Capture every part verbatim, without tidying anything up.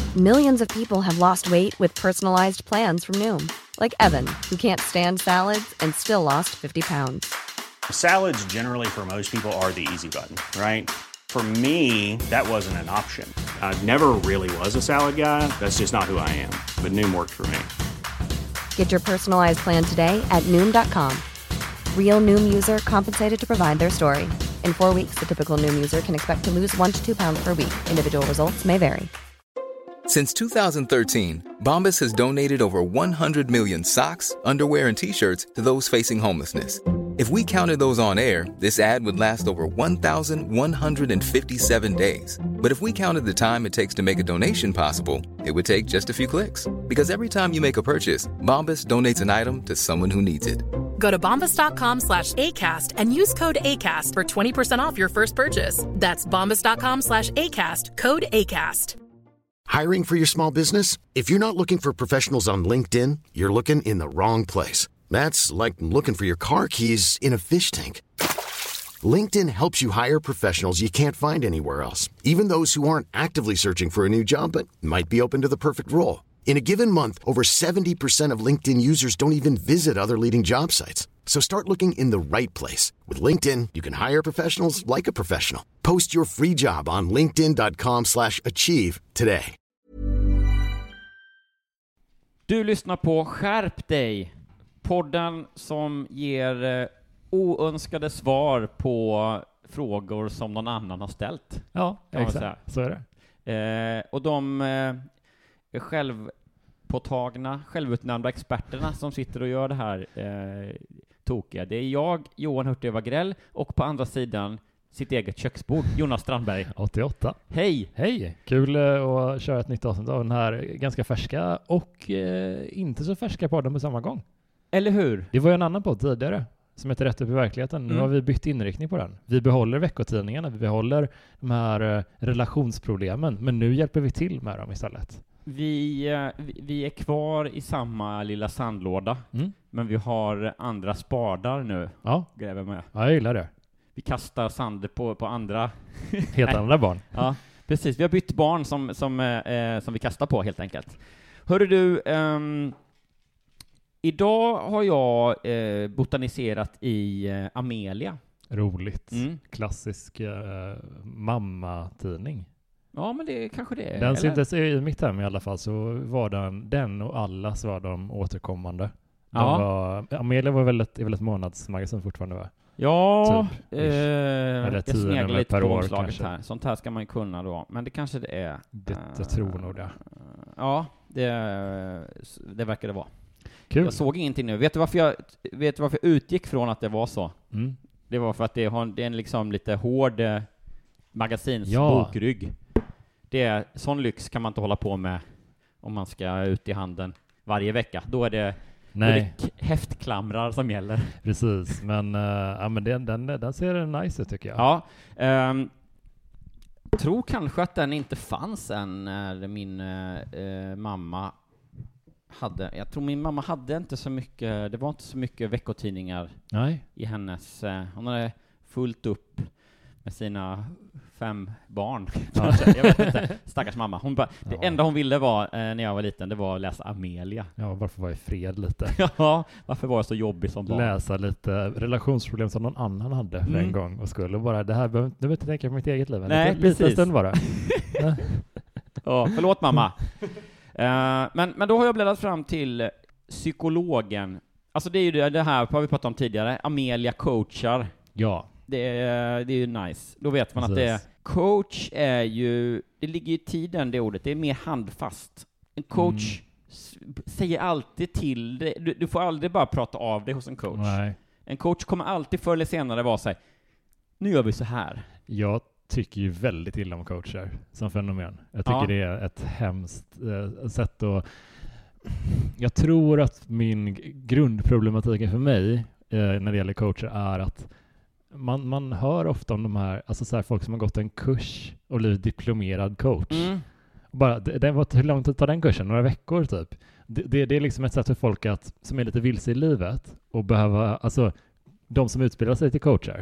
Millions of people have lost weight with personalized plans from Noom. Like Evan, who can't stand salads and still lost fifty pounds. Salads generally for most people are the easy button, right? For me, that wasn't an option. I never really was a salad guy. That's just not who I am. But Noom worked for me. Get your personalized plan today at Noom dot com. Real Noom user compensated to provide their story. In four weeks, the typical Noom user can expect to lose one to two pounds per week. Individual results may vary. Since two thousand thirteen, Bombas has donated over one hundred million socks, underwear, and T-shirts to those facing homelessness. If we counted those on air, this ad would last over one thousand one hundred fifty-seven days. But if we counted the time it takes to make a donation possible, it would take just a few clicks. Because every time you make a purchase, Bombas donates an item to someone who needs it. Go to bombas dot com slash ACAST and use code ACAST for twenty percent off your first purchase. That's bombas dot com slash ACAST, code ACAST. Hiring for your small business? If you're not looking for professionals on LinkedIn, you're looking in the wrong place. That's like looking for your car keys in a fish tank. LinkedIn helps you hire professionals you can't find anywhere else, even those who aren't actively searching for a new job but might be open to the perfect role. In a given month, over seventy percent of LinkedIn users don't even visit other leading job sites. So start looking in the right place. With LinkedIn, you can hire professionals like a professional. Post your free job on linkedin dot com slash achieve today. Du lyssnar på Skärp dig, podden som ger eh, oönskade svar på frågor som någon annan har ställt. Ja, exakt. Så är det. Eh, och de eh, självpåtagna, självutnämnda experterna som sitter och gör det här eh, tokiga. Det är jag, Johan Hurtig Wagrell, och på andra sidan sitt eget köksbord, Jonas Strandberg. åttioåtta. Hej! Hej! Kul uh, att köra ett nytt avsnitt av den här ganska färska och uh, inte så färska podden på samma gång. Eller hur? Det var ju en annan podd tidigare som heter Rätt upp i verkligheten. Nu mm. har vi bytt inriktning på den. Vi behåller veckotidningarna, vi behåller de här uh, relationsproblemen, men nu hjälper vi till med dem istället. Vi, uh, vi, vi är kvar i samma lilla sandlåda, mm. men vi har andra spadar nu. Ja. Gräver med. Ja, jag gillar det. Vi kastar sand på, på andra... Helt andra barn. Ja, precis. Vi har bytt barn som, som, eh, som vi kastar på, helt enkelt. Hörru du, ehm, idag har jag eh, botaniserat i eh, Amelia. Roligt. Mm. Klassisk eh, mamma-tidning. Ja, men det kanske det är. Den syntes i mitt hem i alla fall, så var den, den och allas var de återkommande. De ja. var, Amelia var väl ett, väl ett månadsmagasin fortfarande, va? Ja, typ, eh, jag sneglar lite per på år, omslaget kanske. här. Sånt här ska man ju kunna då. Men det kanske det är. Det, uh, jag tror nog det. Ja, det, det verkar det vara. Kul. Jag såg ingenting nu. Vet du varför jag, vet du varför jag utgick från att det var så? Mm. Det var för att det, har, det är en liksom lite hård eh, magasins ja. bokrygg. Det är, sån lyx kan man inte hålla på med om man ska ut i handeln varje vecka. Då är det Nej. K- häftklamrar som gäller. Precis, men, uh, ja, men den, den, den ser nice ut, tycker jag. Ja, um, tror kanske att den inte fanns än när min uh, mamma hade, jag tror min mamma hade inte så mycket, det var inte så mycket veckotidningar Nej. i hennes, uh, hon hade fullt upp med sina fem barn. Ja. Jag vet inte. Stackars mamma. Hon bara, det ja. enda hon ville var, eh, när jag var liten, det var att läsa Amelia. Ja, varför var jag i fred lite? Ja, varför var jag så jobbig som barn? Läsa lite relationsproblem som någon annan hade för mm. en gång och skulle bara, det här behöver jag inte tänka på mitt eget liv. Nej, lite, lite stund bara. Ja, förlåt mamma. uh, men, men då har jag bläddrat fram till psykologen. Alltså det är ju det, det här har vi pratat om tidigare. Amelia coachar. Ja. Det är, det är ju nice. Då vet man Precis. Att det är, coach är ju, det ligger i tiden det ordet, det är mer handfast. En coach mm. s- säger alltid till dig, du, du får aldrig bara prata av dig hos en coach. Nej. En coach kommer alltid förr eller senare vara så här, nu gör vi så här. Jag tycker ju väldigt illa om coacher som fenomen. Jag tycker ja. det är ett hemskt eh, sätt att... Jag tror att min grundproblematik för mig eh, när det gäller coacher är att Man, man hör ofta om de här, alltså så här folk som har gått en kurs och blivit diplomerad coach. Mm. Bara, det, det var, hur lång tid tar den kursen? Några veckor typ. Det, det, det är liksom ett sätt för folk att, som är lite vilse i livet och behöva, alltså de som utbildar sig till coacher.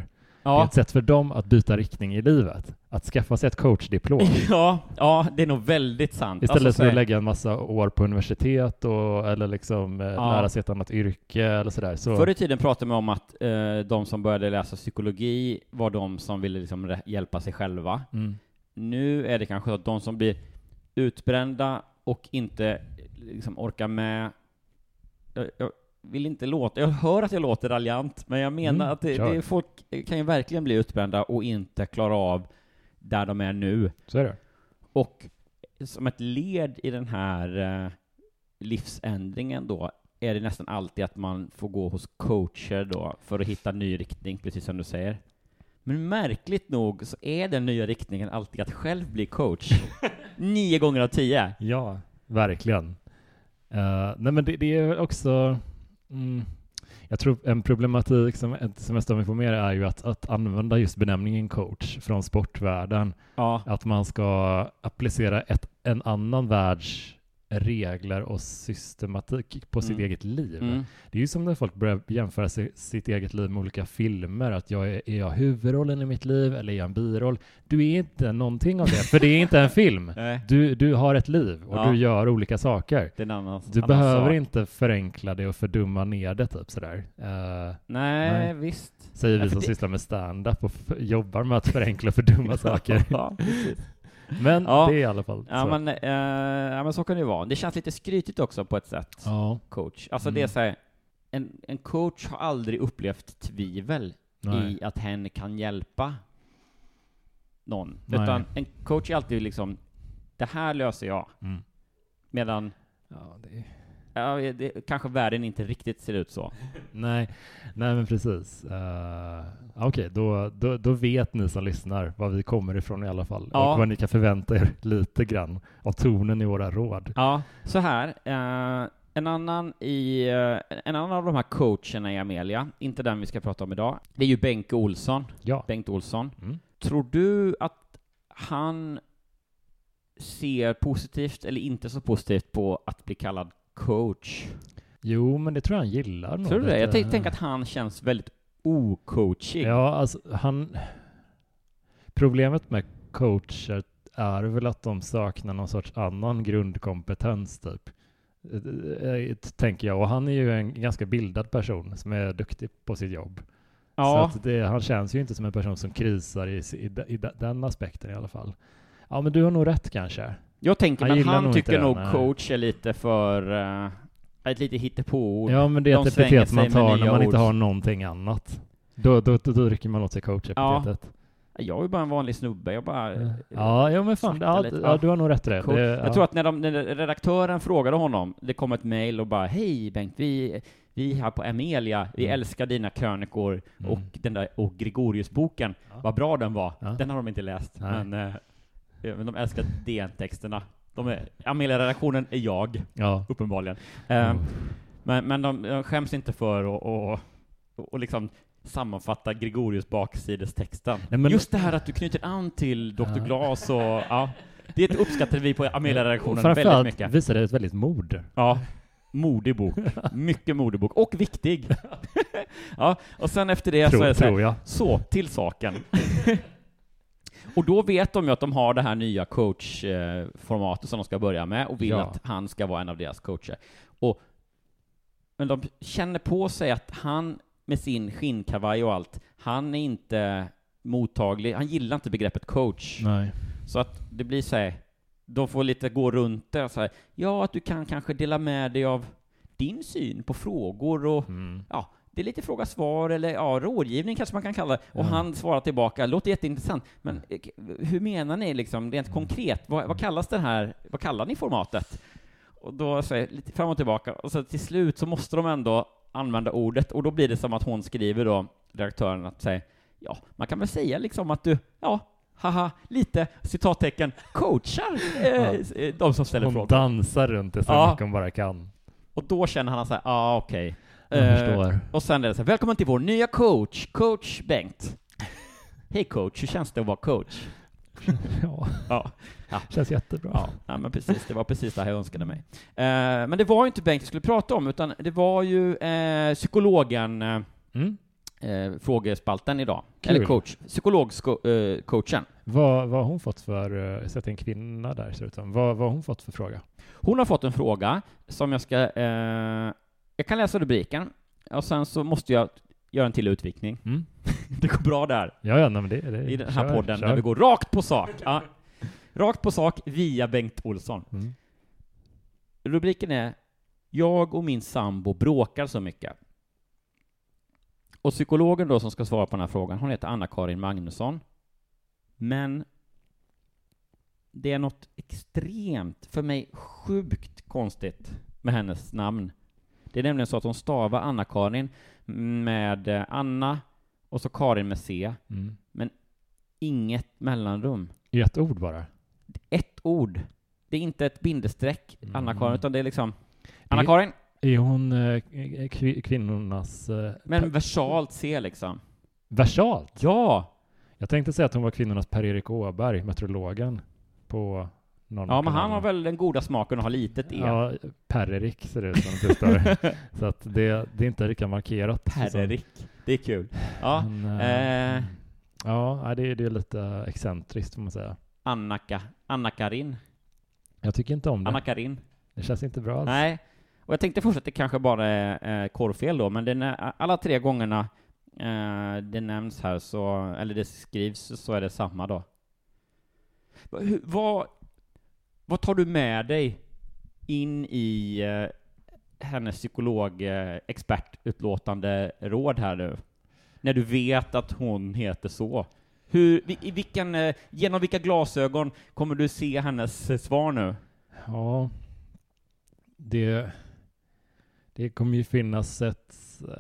Det är ett sätt för dem att byta riktning i livet. Att skaffa sig ett coachdiplom. ja, ja, det är nog väldigt sant. Istället alltså, för att lägga en massa år på universitet och, eller liksom eh, Ja. lära sig ett annat yrke eller sådär. Så... Förr i tiden pratade man om att eh, de som började läsa psykologi var de som ville liksom re- hjälpa sig själva. Mm. Nu är det kanske så att de som blir utbrända och inte liksom orkar med. Jag, jag vill inte låta, jag hör att jag låter raljant, men jag menar Mm, att det, kör. det är, folk kan ju verkligen bli utbrända och inte klara av där de är nu. Så är det. Och som ett led i den här eh, livsändringen då är det nästan alltid att man får gå hos coacher då för att hitta ny riktning, precis som du säger. Men märkligt nog så är den nya riktningen alltid att själv bli coach. Nio gånger av tio. Ja, verkligen. Uh, nej men det, det är också... Mm, jag tror en problematik som, som jag stör mig på mer är ju att, att använda just benämningen coach från sportvärlden. Ja. Att man ska applicera ett, en annan världs regler och systematik på sitt Mm. eget liv. Mm. Det är ju som när folk börjar jämföra sig, sitt eget liv med olika filmer. Att jag är, är jag huvudrollen i mitt liv eller är jag en biroll? Du är inte någonting av det, för det är inte en film. Nej. Du, du har ett liv och Ja. du gör olika saker. Det är en annan, Du annan behöver sak. inte förenkla det och fördumma ner det typ sådär. Uh, Nej, Nej. visst. säger vi Ja, för som det- sysslar med stand-up och f- jobbar med att förenkla och fördumma saker. Ja, precis. Men Ja. det är i alla fall Ja, så. men, eh, ja, men så kan det ju vara. Det känns lite skrytigt också på ett sätt. Ja. Coach. Alltså Mm. det är så här, en, en coach har aldrig upplevt tvivel Nej. i att hen kan hjälpa någon. Nej. Utan en coach är alltid liksom, det här löser jag. Mm. Medan Ja, det är... ja, det, kanske världen inte riktigt ser ut så. Nej, nej men precis. Uh, Okej, okay, då, då, då vet ni som lyssnar var vi kommer ifrån i alla fall. Ja. Och vad ni kan förvänta er lite grann av tonen i våra råd. Ja, så här. Eh, en annan i eh, en annan av de här coacherna i Amelia, inte den vi ska prata om idag, det är ju Bengt Olsson. Ja. Bengt Olsson. Mm. Tror du att han ser positivt eller inte så positivt på att bli kallad coach? Jo, men det tror jag han gillar. nog Tror du det? Jag lite. tänk- tänker att han känns väldigt ocoachig. Ja, alltså han... Problemet med coacher är väl att de saknar någon sorts annan grundkompetens typ. Eh, eh, Tänker jag. Och han är ju en ganska bildad person som är duktig på sitt jobb. Ja. Så att det, han känns ju inte som en person som krisar i, i, i den aspekten i alla fall. Ja, men du har nog rätt kanske. Jag tänker, Han men gillar han nog tycker inte det, nog nej. coach är lite för uh, ett lite hittepå-ord. Ja, men det är De ett svänger epitet sig man med tar nya när man ord. inte har någonting annat. Då, då, då, då rycker man åt sig coach-epitetet. Jag är ju bara en vanlig snubbe. Jag bara... eh, Ja, ja men fan, svartar ja, lite. ja, du har nog rätt i det. Cool. det Jag ja. tror att när, de, när redaktören frågade honom, det kom ett mejl och bara hej Bengt, vi, vi här på Amelia, vi Mm. älskar dina krönikor Mm. och den där och Gregorius-boken, Ja. vad bra den var. Ja. Den har de inte läst, Nej. men, eh, men de älskar D N-texterna. De är, Amelia-redaktionen är jag, Ja. uppenbarligen. Mm. Eh, men, men de, de skäms inte för att och, och, och liksom sammanfatta Gregorius baksidestexten. Nej, men- Just det här att du knyter an till doktor Ja. Glas och ja, det uppskattar vi på Amelia-redaktionen väldigt Framförallt mycket. visar det ett väldigt mod. Ja, modig bok. Mycket modig bok. Och viktig. Ja, och sen efter det Tror- så är det så, här, tror jag. så till saken. Och då vet de ju att de har det här nya coachformatet som de ska börja med och vill Ja. att han ska vara en av deras coacher. Och, men de känner på sig att han med sin skinnkavaj och allt, han är inte mottaglig, han gillar inte begreppet coach. Nej. Så att det blir så här, de får lite gå runt det och så här, ja, att du kan kanske dela med dig av din syn på frågor och Mm. ja, det är lite fråga-svar eller ja, rådgivning kanske man kan kalla det. Och Ja. han svarar tillbaka, låter jätteintressant, men eh, hur menar ni liksom rent konkret? Vad, vad kallas det här, vad kallar ni formatet? Och då säger lite fram och tillbaka, och så till slut så måste de ändå använda ordet, och då blir det som att hon skriver då, redaktören, att säga, ja, man kan väl säga liksom att du, ja, haha, lite, citattecken, coachar eh, de som ställer Hon frågor. dansar runt det så Ja. mycket hon bara kan. Och då känner han så här, ja, ah, okej. Jag Eh, förstår. Och sen är det så här, välkommen till vår nya coach, coach Bengt. Hej coach, hur känns det att vara coach? Ja, Ja, ja. känns jättebra. Ja, ja, men precis, det var precis det här jag önskade mig. Eh, men det var ju inte Bengt vi skulle prata om, utan det var ju eh, psykologen eh, Mm. eh, frågespalten idag. Kul. Eller coach, psykologcoachen. Eh, vad, vad har hon fått för, jag ser att det är en kvinna där ser ut som. Vad, vad har hon fått för fråga? Hon har fått en fråga som jag ska, eh, jag kan läsa rubriken och sen så måste jag göra en till utvikning. Mm. Det går bra där. Ja, ja, men det, det i den här kör, podden kör. när vi går rakt på sak. Ja. Rakt på sak via Bengt Olsson. Mm. Rubriken är Jag och min sambo bråkar så mycket. Och psykologen då som ska svara på den här frågan, hon heter Anna-Karin Magnusson. Men det är något extremt, för mig sjukt konstigt med hennes namn. Det är nämligen så att hon stavar Anna-Karin med Anna och så Karin med C. Mm. Men inget mellanrum. I ett ord bara? Ett ord. Det är inte ett bindestreck, Mm. Anna-Karin, utan det är liksom Anna-Karin. Är hon eh, kv- kvinnornas... Eh, Men versalt C liksom. Versalt? Ja! Jag tänkte säga att hon var kvinnornas Per-Erik Åberg, meteorologen på någon Ja, men kanal. han har väl den goda smaken att ha litet E. Ja, Per-Erik ser det ut som det står. Så att det, det är inte lika markerat. Per-Erik. Det är kul. Ja. Men, eh, Eh, ja, det är, det är lite excentriskt får man säga. Anna-Ka. Anna-Karin. Jag tycker inte om det. Anna-Karin. Det känns inte bra alls. Nej. Och jag tänkte först att det kanske bara är eh, korrfel då, men den är, alla tre gångerna eh, det nämns här så, eller det skrivs så är det samma då. Va- hur- Vad, vad tar du med dig in i eh, hennes psykolog eh, expertutlåtande råd här nu? När du vet att hon heter så. Hur, vi- i vilken, eh, genom vilka glasögon kommer du se hennes eh, svar nu? Ja, det, det kommer ju finnas ett,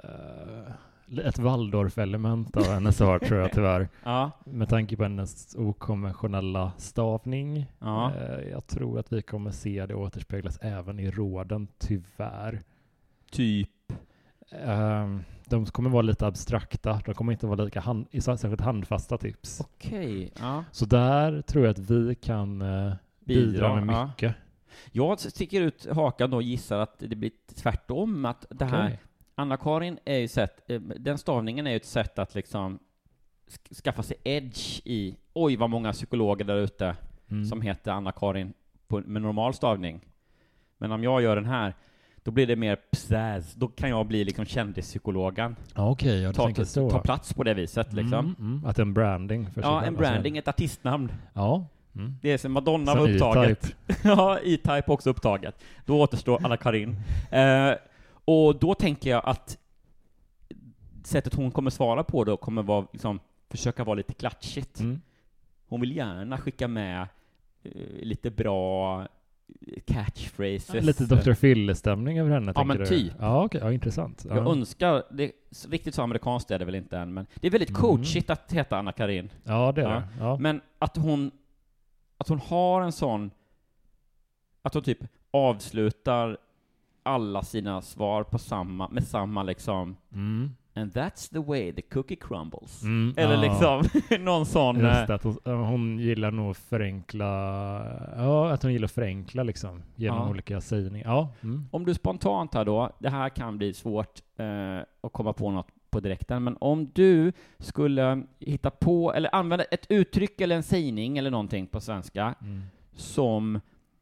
eh, ett Waldorf-element av hennes svar tror jag tyvärr. Ja. Med tanke på hennes okonventionella stavning. Ja. Eh, jag tror att vi kommer se det återspeglas även i råden, tyvärr. Typ. Eh, de kommer vara lite abstrakta. De kommer inte vara lika hand, i särskilt handfasta tips. Okej, ja. Så där tror jag att vi kan eh, bidra, Bidra, med ja. mycket. Jag sticker ut hakan då och gissar att det blir tvärtom. Att det här, Okej. Anna-Karin är ju sätt, eh, den stavningen är ju ett sätt att liksom sk- skaffa sig edge i, oj vad många psykologer där ute Mm. som heter Anna-Karin på, med normal stavning. Men om jag gör den här, då blir det mer psaz. Då kan jag bli liksom kändispsykologen. Ja, okej, jag Ta, tänker så. ta plats på det viset liksom. Mm, mm, att en branding för sig Ja, själv, en alltså. branding, ett artistnamn. Ja. Mm. Det är som Madonna Som var upptaget. E-Type. Ja, E-Type också upptaget. Då återstår Anna-Karin. Eh, och då tänker jag att sättet hon kommer svara på då kommer vara liksom, försöka vara lite klatschigt. Mm. Hon vill gärna skicka med eh, lite bra catchphrases. Lite doktor Phil-stämning över henne, Ja, tänker men du? typ. Ja, okej. Ja, intressant. Jag Ja. önskar, det, riktigt så amerikanskt är det väl inte än, men det är väldigt Mm. coachigt att heta Anna-Karin. Ja, det är Ja. det. Ja. Men att hon att hon har en sån att hon typ avslutar alla sina svar på samma med samma liksom Mm. and that's the way the cookie crumbles. Mm, Eller ja. liksom någon sån Just eh, det, att hon, hon gillar nog att förenkla, ja, att hon gillar att förenkla liksom, genom Ja. olika sägningar. Ja. Mm. om du spontant här då, det här kan bli svårt eh, att komma på något på direkten, men om du skulle hitta på eller använda ett uttryck eller en sägning eller någonting på svenska Mm. som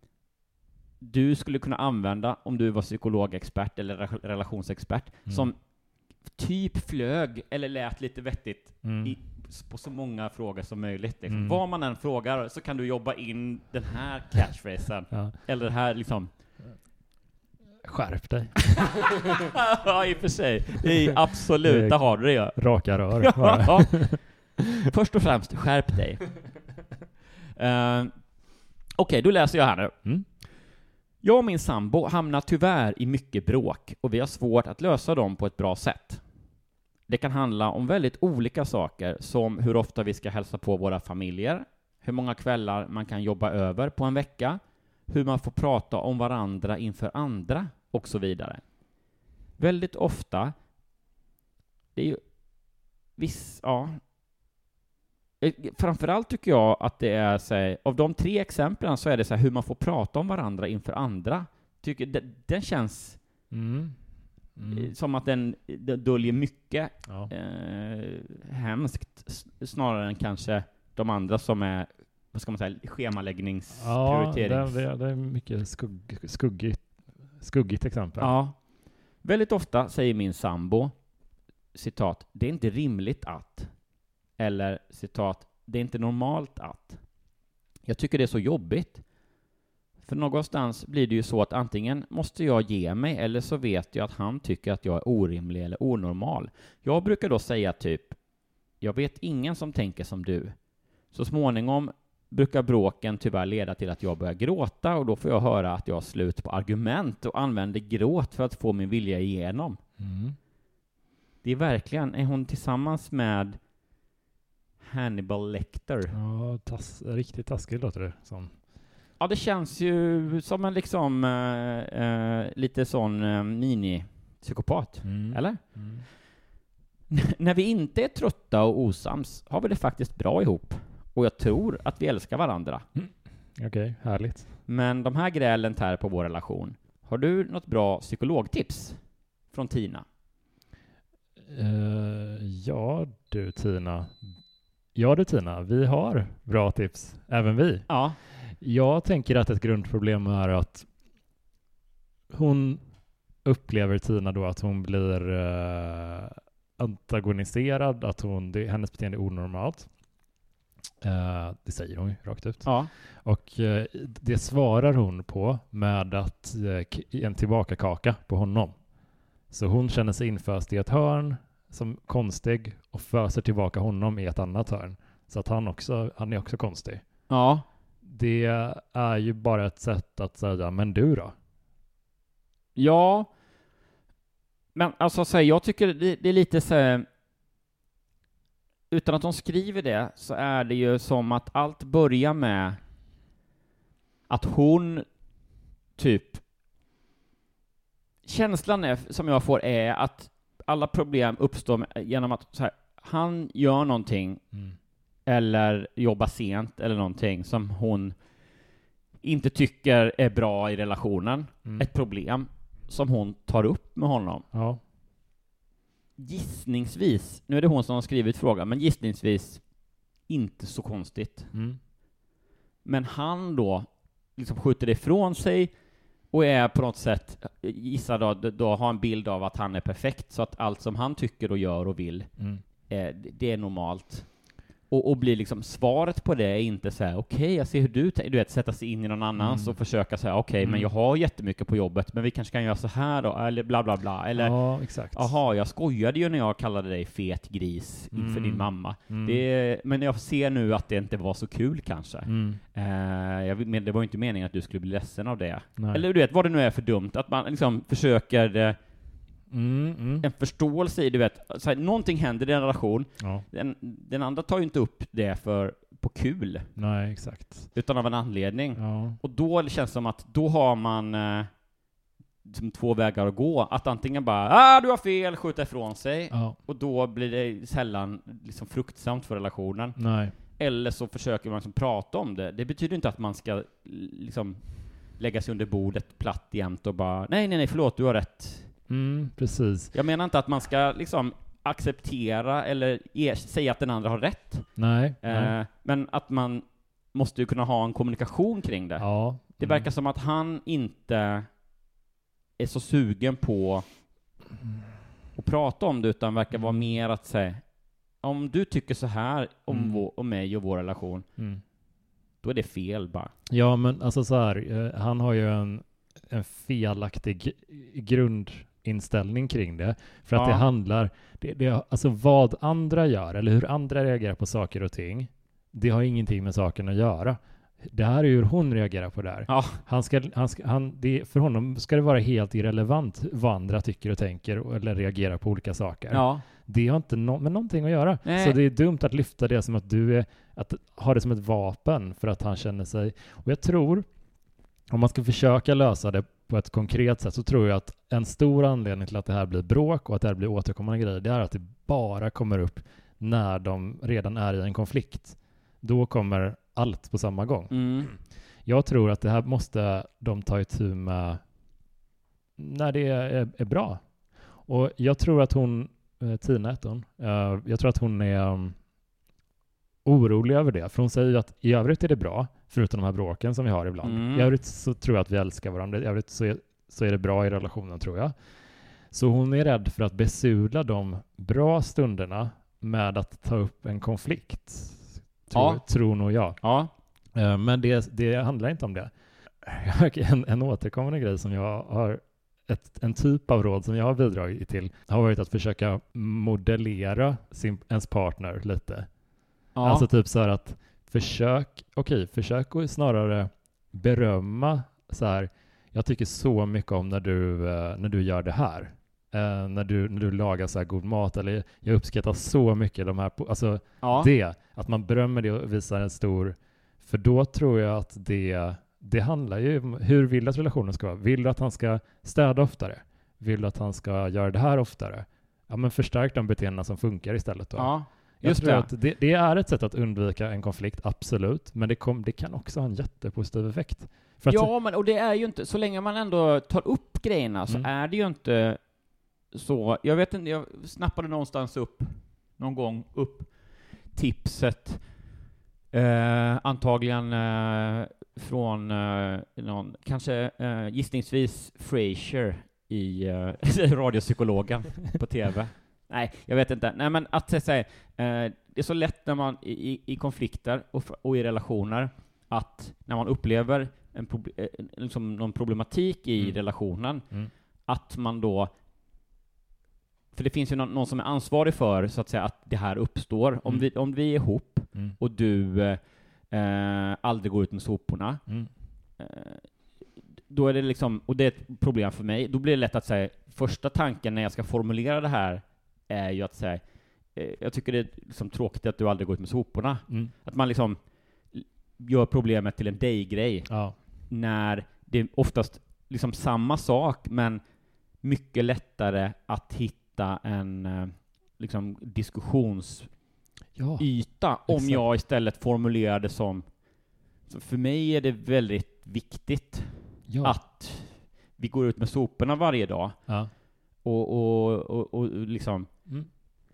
du skulle kunna använda om du var psykologexpert eller re- relationsexpert, Mm. som typ flög eller lät lite vettigt Mm. i, på så många frågor som möjligt. Liksom. Mm. Vad man än frågar så kan du jobba in den här catchphrasen. Ja. Eller det här liksom. Skärp dig. Ja, i och för sig. Det är absolut, Det- där har du det. Ja. Raka rör. bara. Ja. Först och främst, skärp dig. Uh, Okej, då läser jag här nu. Mm. Jag och min sambo hamnar tyvärr i mycket bråk och vi har svårt att lösa dem på ett bra sätt. Det kan handla om väldigt olika saker som hur ofta vi ska hälsa på våra familjer, hur många kvällar man kan jobba över på en vecka, hur man får prata om varandra inför andra och så vidare. Väldigt ofta, det är ju viss, ja. Eh, Framförallt tycker jag att det är så här, av de tre exemplen så är det så här, hur man får prata om varandra inför andra. Tycker den, den känns Mm. Mm. Som att den, den döljer mycket ja. eh, hemskt snarare än kanske de andra som är, vad ska man säga, schemaläggningsprioriterings. Ja, det, det, det är mycket skugg, skuggigt, skuggigt exempel. Ja. Väldigt ofta säger min sambo, citat, det är inte rimligt att, eller citat, det är inte normalt att. Jag tycker det är så jobbigt. För någonstans blir det ju så att antingen måste jag ge mig eller så vet jag att han tycker att jag är orimlig eller onormal. Jag brukar då säga typ, jag vet ingen som tänker som du. Så småningom brukar bråken tyvärr leda till att jag börjar gråta och då får jag höra att jag har slut på argument och använder gråt för att få min vilja igenom. Mm. Det är verkligen, är hon tillsammans med Hannibal Lecter? Ja, tass, riktigt taskigt låter det som. Ja, det känns ju som en liksom äh, äh, lite sån äh, mini-psykopat, mm. eller? Mm. När vi inte är trötta och osams har vi det faktiskt bra ihop. Och jag tror att vi älskar varandra. Mm. Okej, okay, härligt. Men de här grälen tär på vår relation. Har du något bra psykologtips från Tina? Uh, ja, du Tina. Ja, du Tina. Vi har bra tips. Även vi. Ja. Jag tänker att ett grundproblem är att hon upplever Tina då att hon blir uh, antagoniserad, att hon, det, hennes beteende är onormalt. Uh, det säger hon ju rakt ut. Ja. Och uh, det svarar hon på med att uh, en tillbakakaka på honom. Så hon känner sig inföst i ett hörn som konstig och föser tillbaka honom i ett annat hörn. Så att han också, han är också konstig. Ja. Det är ju bara ett sätt att säga, men du då? Ja. Men alltså så här, jag tycker det, det är lite så här, utan att de skriver det så är det ju som att allt börjar med att hon typ, känslan är, som jag får är att alla problem uppstår genom att så här, han gör någonting mm. eller jobbar sent eller någonting som hon inte tycker är bra i relationen. Mm. Ett problem som hon tar upp med honom. Ja. Gissningsvis, nu är det hon som har skrivit frågan, men gissningsvis inte så konstigt. Mm. Men han då liksom skjuter det ifrån sig och är på något sätt, gissar då, då har en bild av att han är perfekt, så att allt som han tycker och gör och vill, mm. eh, det är normalt. Och, och blir liksom, svaret på det är inte så här, okej, okay, jag ser hur du tänker, du vet, sätta sig in i någon annans mm. och försöka säga, okej, okay, mm. men jag har jättemycket på jobbet, men vi kanske kan göra så här då, eller bla bla bla, eller, ja, exakt. Aha, jag skojade ju när jag kallade dig fet gris inför mm. din mamma. Mm. Det, men jag ser nu att det inte var så kul kanske. Mm. Eh, jag, men det var ju inte meningen att du skulle bli ledsen av det. Nej. Eller du vet, vad det nu är för dumt, att man liksom försöker eh, Mm, mm. en förståelse i, du vet, så här, någonting händer i en relation, ja. den, den andra tar ju inte upp det för på kul. Nej, exakt. Utan av en anledning. Ja. Och då känns det som att då har man eh, som två vägar att gå. Att antingen bara, ah, du har fel, skjuta ifrån sig. Ja. Och då blir det sällan liksom fruktsamt för relationen. Nej. Eller så försöker man liksom prata om det. Det betyder inte att man ska liksom lägga sig under bordet platt jämt och bara, nej, nej, nej, förlåt, du har rätt. Mm, precis. Jag menar inte att man ska liksom acceptera eller er, säga att den andra har rätt. Nej, eh, nej. Men att man måste ju kunna ha en kommunikation kring det. Ja. Det verkar mm. som att han inte är så sugen på att prata om det, utan verkar vara mer att säga, om du tycker så här om, mm. vår, om mig och vår relation, mm. då är det fel bara. Ja, men alltså så här, eh, han har ju en, en felaktig grundinställning kring det. För att ja. det handlar, det, det, alltså vad andra gör, eller hur andra reagerar på saker och ting, det har ingenting med saken att göra. Det här är hur hon reagerar på det här. Ja. Han ska, han ska, han, det, för honom ska det vara helt irrelevant vad andra tycker och tänker eller reagerar på olika saker. Ja. Det har inte no- med någonting att göra. Nej. Så det är dumt att lyfta det som att du är, att ha det som ett vapen för att han känner sig. Och jag tror, om man ska försöka lösa det på ett konkret sätt, så tror jag att en stor anledning till att det här blir bråk och att det här blir återkommande grejer, det är att det bara kommer upp när de redan är i en konflikt. Då kommer allt på samma gång. Mm. Jag tror att det här måste de ta itu med när det är, är bra. Och jag tror att hon, Tina heter hon, uh, jag tror att hon är um, orolig över det. För hon säger ju att i övrigt är det bra, förutom de här bråken som vi har ibland. Mm. I övrigt så tror jag att vi älskar varandra. I övrigt så är, så är det bra i relationen, tror jag. Så hon är rädd för att besudla de bra stunderna med att ta upp en konflikt. Tror, ja. tror nog jag. Ja. Uh, men det, det handlar inte om det. En, en återkommande grej som jag har, ett, en typ av råd som jag har bidragit till har varit att försöka modellera sin, ens partner lite. Ja. Alltså typ så här att försök, okej, okay, försök att snarare berömma så här, jag tycker så mycket om när du, uh, när du gör det här. Uh, när, du, när du lagar så här god mat, eller jag uppskattar så mycket de här, alltså ja. det, att man berömmer det och visar en stor, för då tror jag att det Det handlar ju om hur vill att relationen ska vara. Vill du att han ska städa oftare? Vill du att han ska göra det här oftare? Ja, men förstärk de beteendena som funkar istället då. Ja, jag just tror det. att det, det är ett sätt att undvika en konflikt, absolut. Men det, kom, det kan också ha en jättepositiv effekt. För att ja, men och det är ju inte, så länge man ändå tar upp grejerna så Mm. är det ju inte så, jag vet inte, jag snappade någonstans upp, någon gång upp tipset, eh, antagligen eh, från eh, någon, kanske eh, gissningsvis Frasier i eh, radiopsykologen på tv. Nej, jag vet inte. Nej, men att säga, eh, det är så lätt när man i, i, i konflikter och, och i relationer att när man upplever en proble- eh, liksom någon problematik i Mm. relationen, Mm. att man då, för det finns ju någon, någon som är ansvarig för så att säga att det här uppstår. Om Mm. vi om vi är ihop Mm. och du eh, aldrig går ut med soporna, Mm. eh, då är det liksom, och det är ett problem för mig, då blir det lätt att säga, första tanken när jag ska formulera det här är ju att säga, eh, jag tycker det är liksom tråkigt att du aldrig går ut med soporna. Mm. Att man liksom gör problemet till en dig-grej. Ja. När det är oftast liksom samma sak, men mycket lättare att hitta en eh, liksom diskussionsyta Ja. om exakt. jag istället formulerar det som, så för mig är det väldigt viktigt Ja. att vi går ut med soporna varje dag Ja. och, och, och, och liksom Mm.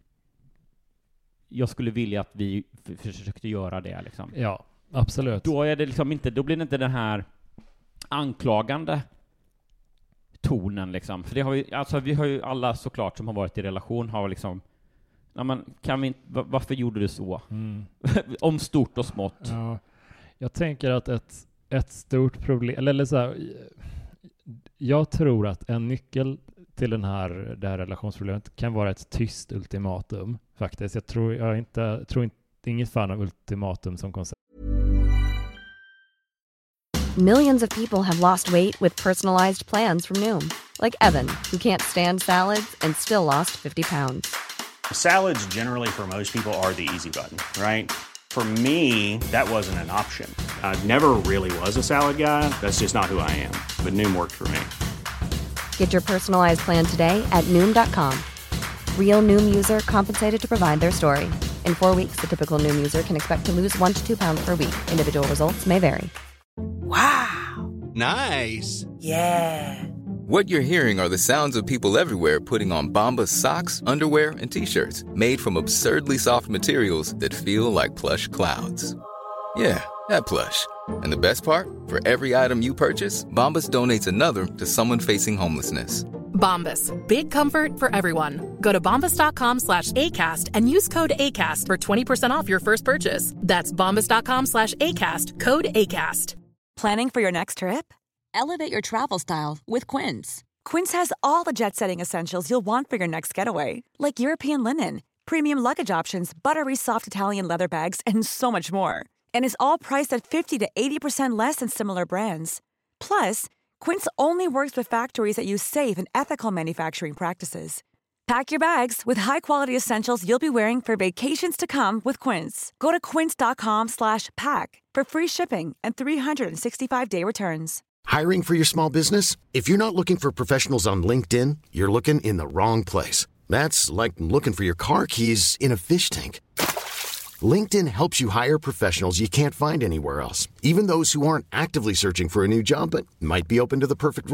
jag skulle vilja att vi f- försökte göra det liksom. Ja, absolut. Då är det liksom inte, då blir det inte den här anklagande tonen liksom. För det har vi, alltså vi har ju alla såklart som har varit i relation har liksom, ja men kan vi inte, va- varför gjorde du så? Mm. Om stort och smått. Ja. Jag tänker att ett, ett stort problem, eller, eller så här, jag tror att en nyckel till den här, det här relationsproblemet kan vara ett tyst ultimatum faktiskt. Jag tror, jag inte, tror inte, inget fan av ultimatum som koncept. Millions of people have lost weight with personalized plans from Noom. Like Evan, who can't stand salads and still lost fifty pounds. Salads generally for most people are the easy button, right? For me, that wasn't an option. I never really was a salad guy. That's just not who I am. But Noom worked for me. Get your personalized plan today at Noom dot com. Real Noom user compensated to provide their story. In four weeks, the typical Noom user can expect to lose one to two pounds per week. Individual results may vary. Wow. Nice. Yeah. What you're hearing are the sounds of people everywhere putting on Bombas socks, underwear, and T-shirts made from absurdly soft materials that feel like plush clouds. Yeah, that plush. And the best part? For every item you purchase, Bombas donates another to someone facing homelessness. Bombas. Big comfort for everyone. Go to bombas.com slash ACAST and use code ACAST for twenty percent off your first purchase. That's bombas.com slash ACAST. Code ACAST. Planning for your next trip? Elevate your travel style with Quince. Quince has all the jet-setting essentials you'll want for your next getaway, like European linen, premium luggage options, buttery soft Italian leather bags, and so much more. And is all priced at fifty to eighty percent less than similar brands. Plus, Quince only works with factories that use safe and ethical manufacturing practices. Pack your bags with high-quality essentials you'll be wearing for vacations to come with Quince. Go to quince.com slash pack for free shipping and three sixty-five day returns. Hiring for your small business? If you're not looking for professionals on LinkedIn, you're looking in the wrong place. That's like looking for your car keys in a fish tank. LinkedIn helps you hire professionals you can't find anywhere else, even those who aren't actively searching for a new job but might be open to the perfect role.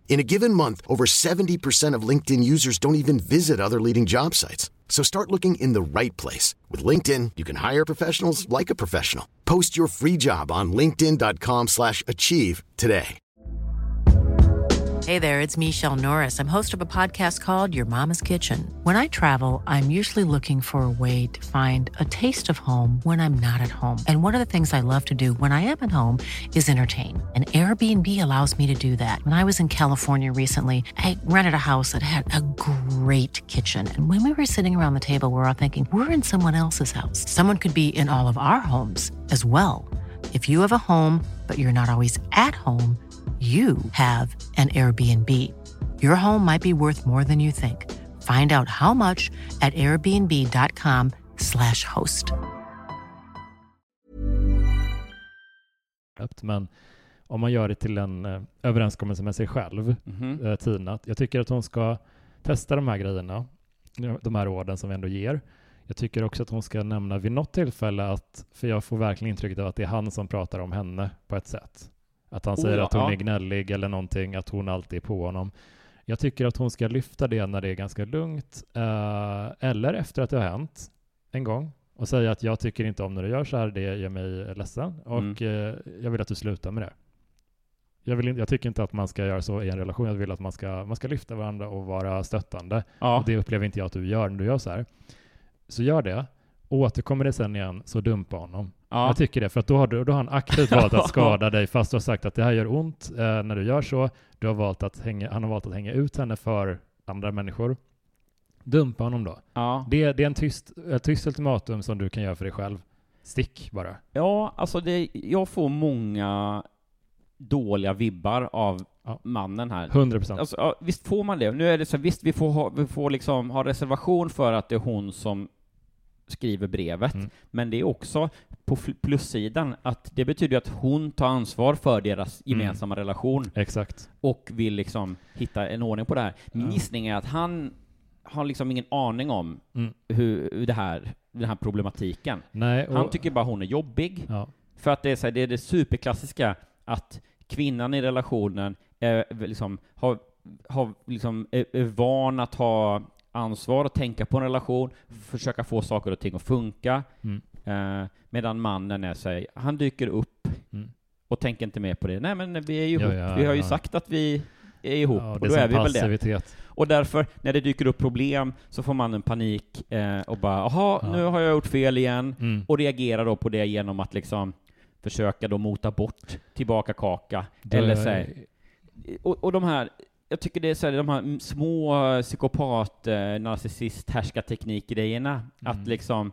In a given month, over seventy percent of LinkedIn users don't even visit other leading job sites. So start looking in the right place. With LinkedIn, you can hire professionals like a professional. Post your free job on linkedin dot com slash achieve today. Hey there, it's Michelle Norris. I'm host of a podcast called Your Mama's Kitchen. When I travel, I'm usually looking for a way to find a taste of home when I'm not at home. And one of the things I love to do when I am at home is entertain. And Airbnb allows me to do that. When I was in California recently, I rented a house that had a great kitchen. And when we were sitting around the table, we were all thinking, we're in someone else's house. Someone could be in all of our homes as well. If you have a home, but you're not always at home, you have an Airbnb. Your home might be worth more than you think. Find out how much at airbnb dot com slash host. Men om man gör det till en eh, överenskommelse med sig själv, mm-hmm. eh, Tina, jag tycker att hon ska testa de här grejerna, de här råden som vi ändå ger. Jag tycker också att hon ska nämna vid något tillfälle att, för jag får verkligen intrycket av att det är han som pratar om henne på ett sätt. Att han säger oh, ja, att hon ja. är gnällig eller någonting, att hon alltid är på honom. Jag tycker att hon ska lyfta det när det är ganska lugnt. Eh, eller efter att det har hänt en gång. Och säga att jag tycker inte om när du gör så här, det gör mig ledsen. Och mm. eh, jag vill att du slutar med det. Jag, vill, jag tycker inte att man ska göra så i en relation. Jag vill att man ska, man ska lyfta varandra och vara stöttande. Ja. Och det upplever inte jag att du gör när du gör så här. Så gör det. Återkommer det sen igen, så dumpa honom. Ja. Jag tycker det, för att då har, du, då har han aktivt valt att skada dig fast du har sagt att det här gör ont eh, när du gör så. Du har valt att hänga, han har valt att hänga ut henne för andra människor. Dumpa honom då. Ja. Det, det är en tyst, ett tyst ultimatum som du kan göra för dig själv. Stick bara. Ja, alltså det, jag får många dåliga vibbar av ja. mannen här. hundra procent. Alltså, ja, visst får man det. Nu är det så, visst vi får, ha, vi får liksom ha reservation för att det är hon som skriver brevet, mm. men det är också på plussidan att det betyder att hon tar ansvar för deras gemensamma mm. relation. Exakt. Och vill liksom hitta en ordning på det här. Min gissning är att han har liksom ingen aning om mm. hur, hur det här, den här problematiken. Nej, och... Han tycker bara hon är jobbig. Ja. För att det är, så här, det är det superklassiska att kvinnan i relationen är, liksom, har, har liksom, är, är van att ha ansvar och tänka på en relation, försöka få saker och ting att funka. Mm. Eh, medan mannen är sig, han dyker upp mm. och tänker inte mer på det. Nej, men vi är ju ihop. Ja, ja, vi har ju ja. sagt att vi är ihop, ja, och då är vi väl det. Och därför, när det dyker upp problem så får man en panik eh, och bara, jaha, ja. nu har jag gjort fel igen. Mm. Och reagerar då på det genom att liksom försöka då mota bort tillbaka kaka. Då eller så här, och, och de här jag tycker det är så här, de här små psykopat, eh, narcissist, härskarteknik-grejerna. Mm. Att liksom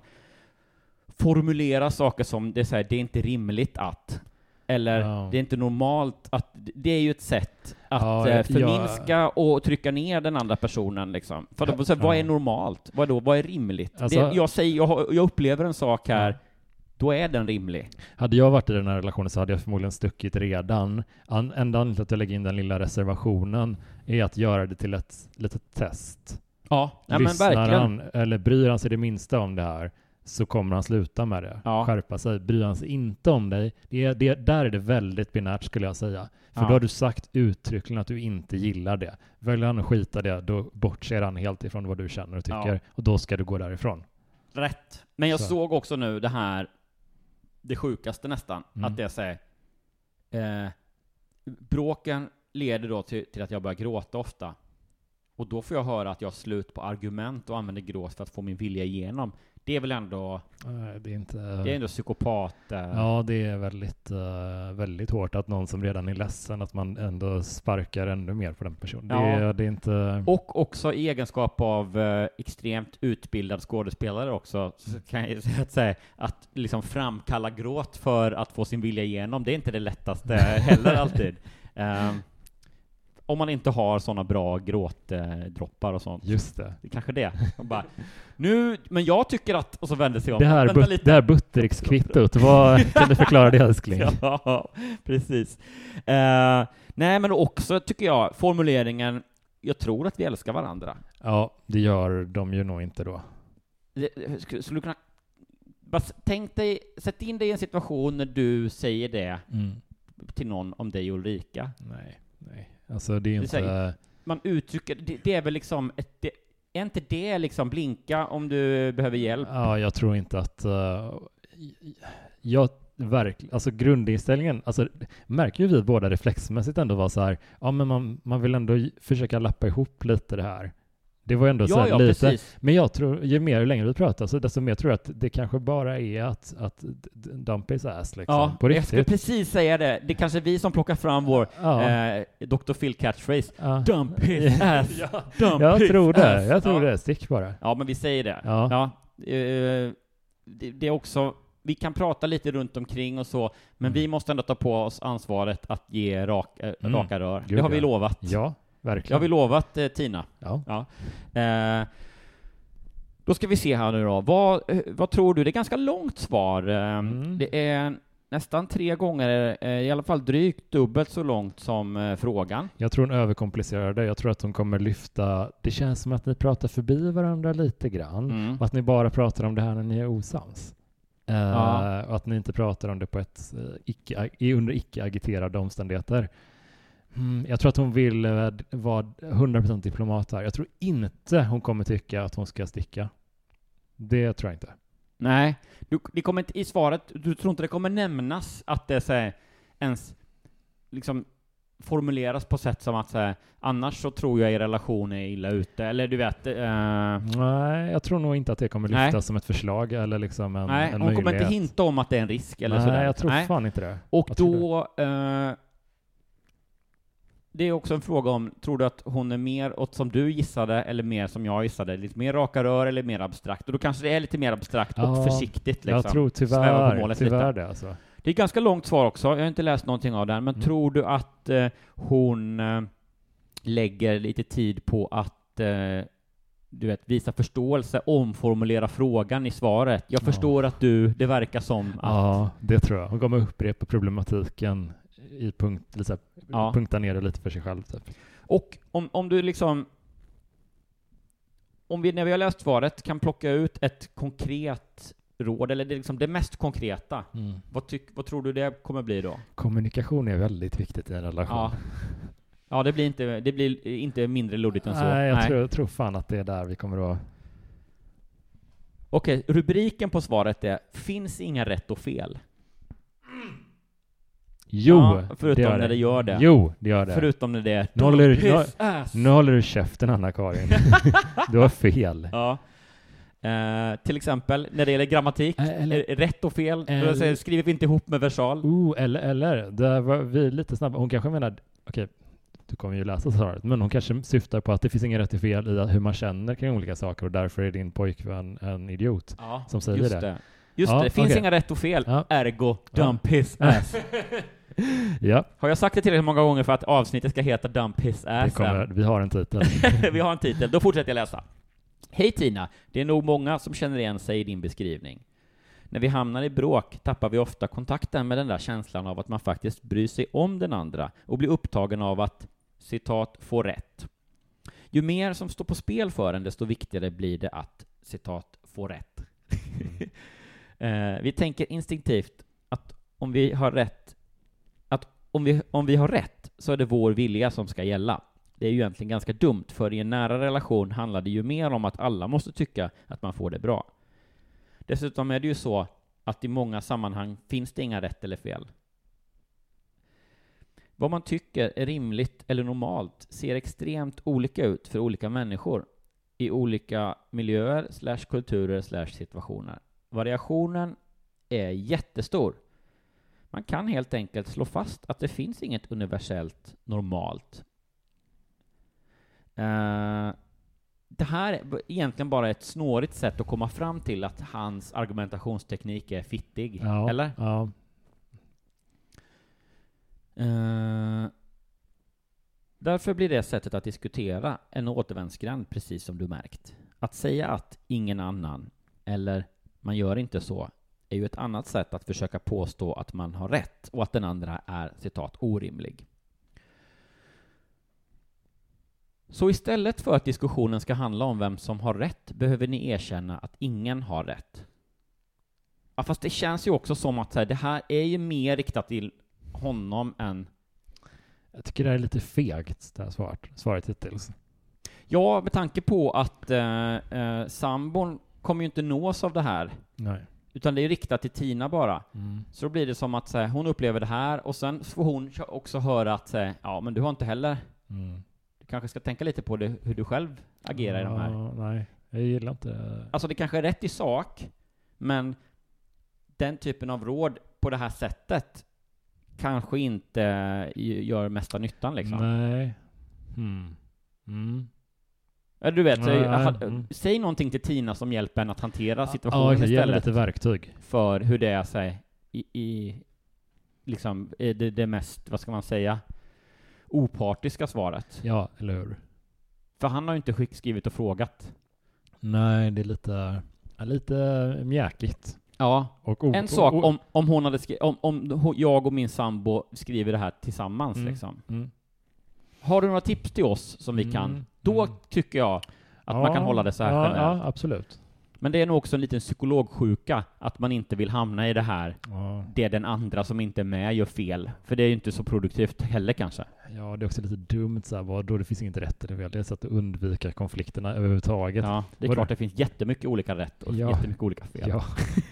formulera saker som det är, så här, det är inte rimligt att. Eller ja. det är inte normalt att. Det är ju ett sätt att ja, eh, förminska ja. och trycka ner den andra personen. Liksom. För att, så här, vad är normalt? Vad, då? Vad är rimligt? Alltså, det, jag, säger, jag, jag upplever en sak här. Ja. Då är den rimlig. Hade jag varit i den här relationen så hade jag förmodligen stuckit redan. An- enda anledningen till att jag lägger in den lilla reservationen är att göra det till ett litet test. Ja, ja men verkligen. Han, eller bryr han sig det minsta om det här, så kommer han sluta med det. Ja. Skärpa sig. Bryr han sig inte om dig, det är, det, där är det väldigt binärt skulle jag säga. För ja. då har du sagt uttryckligen att du inte gillar det. Väljer han att skita det, då bortser han helt ifrån vad du känner och tycker. Ja. Och då ska du gå därifrån. Rätt. Men jag så. såg också nu det här, det sjukaste nästan, mm. att det säger eh, bråken leder då till, till att jag börjar gråta ofta. Och då får jag höra att jag har slut på argument och använder gråt för att få min vilja igenom. Det är väl ändå Nej, det är inte det är ändå psykopat. Eh. Ja, det är väldigt uh, väldigt hårt att någon som redan är ledsen, att man ändå sparkar ännu mer på den personen. Ja. Det, är, det är inte Och också i egenskap av uh, extremt utbildad skådespelare också, så kan jag säga att, säga att liksom framkalla gråt för att få sin vilja igenom, det är inte det lättaste heller alltid. Um, Om man inte har såna bra gråtdroppar och sånt. Just det. Det är kanske det. Och bara, nu, men jag tycker att... Och så vänder sig om. Det här, but, det här butterikskvittot, vad kan du förklara det, älskling? Ja, precis. Uh, nej, men också tycker jag, formuleringen, jag tror att vi älskar varandra. Ja, det gör de ju nog inte då. Skulle du kunna... Bara tänk dig, sätt in dig i en situation när du säger det mm. till någon om dig och Ulrika. Nej. Nej. Alltså det är inte... Det är, man uttrycker, det, det är väl liksom, ett, det, är inte det liksom blinka om du behöver hjälp? Ja, jag tror inte att... Uh, jag verkligen, alltså grundinställningen, alltså märker ju vi båda reflexmässigt ändå var så här, ja men man, man vill ändå försöka lappa ihop lite det här. Det var ändå ja, så här ja, lite. Precis. Men jag tror, ju mer ju längre vi pratar, så desto mer tror jag att det kanske bara är att, att dump his ass liksom. Ja, på jag riktigt. ska precis säga det. Det är kanske vi som plockar fram vår ja. eh, doktor Phil catchphrase. Ja. Dump his ass. ja. Dump jag his tror det. ass. Jag tror ja. det. Stick bara. Ja, men vi säger det. Ja. ja. Eh, det, det är också, vi kan prata lite runt omkring och så, men mm. vi måste ändå ta på oss ansvaret att ge rak, äh, mm. raka rör. Gud, det har vi ja. lovat. Ja, verkligen. Det har vi lovat, eh, Tina. Ja. ja. Eh, då ska vi se här nu då. Vad, vad tror du? Det är ganska långt svar. Mm. Det är nästan tre gånger, eh, i alla fall drygt dubbelt så långt som eh, frågan. Jag tror hon överkomplicerar det. Jag tror att hon kommer lyfta... Det känns som att ni pratar förbi varandra lite grann. Mm. Och att ni bara pratar om det här när ni är osams. Uh, ja. Och att ni inte pratar om det på ett uh, icke, under icke-agiterade omständigheter. Mm, jag tror att hon vill uh, vara hundra procent diplomat här. Jag tror inte hon kommer tycka att hon ska sticka. Det tror jag inte. Nej, du, det kommer inte i svaret, du tror inte det kommer nämnas att det så här, ens liksom formuleras på sätt som att så här, annars så tror jag er relation är illa ute, eller du vet uh... Nej, jag tror nog inte att det kommer lyftas Nej. som ett förslag eller liksom en, Nej, en hon möjlighet. kommer inte hinta om att det är en risk eller Nej, sådär. jag tror Nej. fan inte det. Och jag då uh, det är också en fråga om, tror du att hon är mer åt som du gissade eller mer som jag gissade, lite mer raka rör eller mer abstrakt? Och då kanske det är lite mer abstrakt ja, och försiktigt liksom. Jag tror tyvärr, tyvärr det alltså. Det är ganska långt svar också, jag har inte läst någonting av den, men mm. tror du att eh, hon eh, lägger lite tid på att eh, du vet, visa förståelse, omformulera frågan i svaret? Jag förstår ja. att du, det verkar som att... Ja, det tror jag. Hon kommer upprepa problematiken i punkt, liksom, ja. punkta ner det lite för sig själv. Typ. Och om, om du liksom... Om vi, när vi har läst svaret, kan plocka ut ett konkret råd, eller det, liksom det mest konkreta. Mm. Vad, tyck, vad tror du det kommer bli då? Kommunikation är väldigt viktigt i en relation. Ja, ja det, blir inte, det blir inte mindre luddigt än så. Nej, jag, Nej. Tror, jag tror fan att det är där vi kommer att... Okej, rubriken på svaret är finns inga rätt och fel. Jo, ja, förutom det när det. det gör det. Jo, det gör det. Förutom när det är... Nu håller, nu, nu håller du käften, Anna-Karin. Du har fel. Ja. Uh, till exempel, när det gäller grammatik, eller, rätt och fel, eller, säger, skriver vi inte ihop med versal. Oh, eller, eller, där var vi lite snabba. Hon kanske menar, okej, okay, du kommer ju läsa svaret, men hon kanske syftar på att det finns ingen rätt och fel i hur man känner kring olika saker, och därför är din pojkvän en idiot ja, som säger just det. det. Just ja, det, det finns okay. inga rätt och fel, ja. ergo dump his ass. Ja. Har jag sagt det tillräckligt många gånger för att avsnittet ska heta dump his ass? Kommer, vi har en titel. Vi har en titel, då fortsätter jag läsa. Hej Tina, det är nog många som känner igen sig i din beskrivning. När vi hamnar i bråk tappar vi ofta kontakten med den där känslan av att man faktiskt bryr sig om den andra och blir upptagen av att, citat, få rätt. Ju mer som står på spel för en, desto viktigare blir det att, citat, få rätt. Mm. eh, vi tänker instinktivt att om vi har rätt, att om vi, om vi har rätt så är det vår vilja som ska gälla. Det är ju egentligen ganska dumt, för i en nära relation handlar det ju mer om att alla måste tycka att man får det bra. Dessutom är det ju så att i många sammanhang finns det inga rätt eller fel. Vad man tycker är rimligt eller normalt ser extremt olika ut för olika människor i olika miljöer slash kulturer slash situationer. Variationen är jättestor. Man kan helt enkelt slå fast att det finns inget universellt normalt. Uh, det här är egentligen bara ett snårigt sätt att komma fram till att hans argumentationsteknik är fittig, ja, eller? Ja. Uh, därför blir det sättet att diskutera en återvändsgränd, precis som du märkt. Att säga att ingen annan, eller man gör inte så, är ju ett annat sätt att försöka påstå att man har rätt och att den andra är, citat, orimlig. Så istället för att diskussionen ska handla om vem som har rätt behöver ni erkänna att ingen har rätt. Ja, fast det känns ju också som att så här, det här är ju mer riktat till honom än... Jag tycker det är lite fegt, det här svaret, svaret hittills. Ja, med tanke på att eh, eh, sambon kommer ju inte nås av det här. Nej. Utan det är riktat till Tina bara. Mm. Så då blir det som att så här, hon upplever det här och sen får hon också höra att så här, ja, men du har inte heller... Mm. Du kanske ska tänka lite på det, hur du själv agerar ja, i de här. Nej, jag gillar inte... Alltså det kanske är rätt i sak, men den typen av råd på det här sättet kanske inte gör mesta nyttan liksom. Nej. Mm. Mm. Du vet, Nej, säg, mm. säg någonting till Tina som hjälper henne att hantera situationen ja, istället. lite verktyg. För hur det är sig i, i liksom i det, det mest, vad ska man säga, opartiska svaret. Ja, eller hur? För han har ju inte skick skrivit och frågat. Nej, det är lite, lite mjäkigt. Ja, och, och, en sak och, och, om, om hon hade skri- om, om jag och min sambo skriver det här tillsammans mm, liksom. Mm. Har du några tips till oss som vi kan? Mm, Då mm. tycker jag att ja, man kan hålla det så här ja, generellt. ja, absolut. Men det är nog också en liten psykologsjuka att man inte vill hamna i det här. Ja. Det är den andra som inte är med gör fel. För det är ju inte så produktivt heller kanske. Ja, det är också lite dumt så här, vad, då det finns inget rätt eller fel. Det är så att undvika konflikterna överhuvudtaget. Ja, det är vad klart det finns jättemycket olika rätt och ja. jättemycket olika fel. Ja.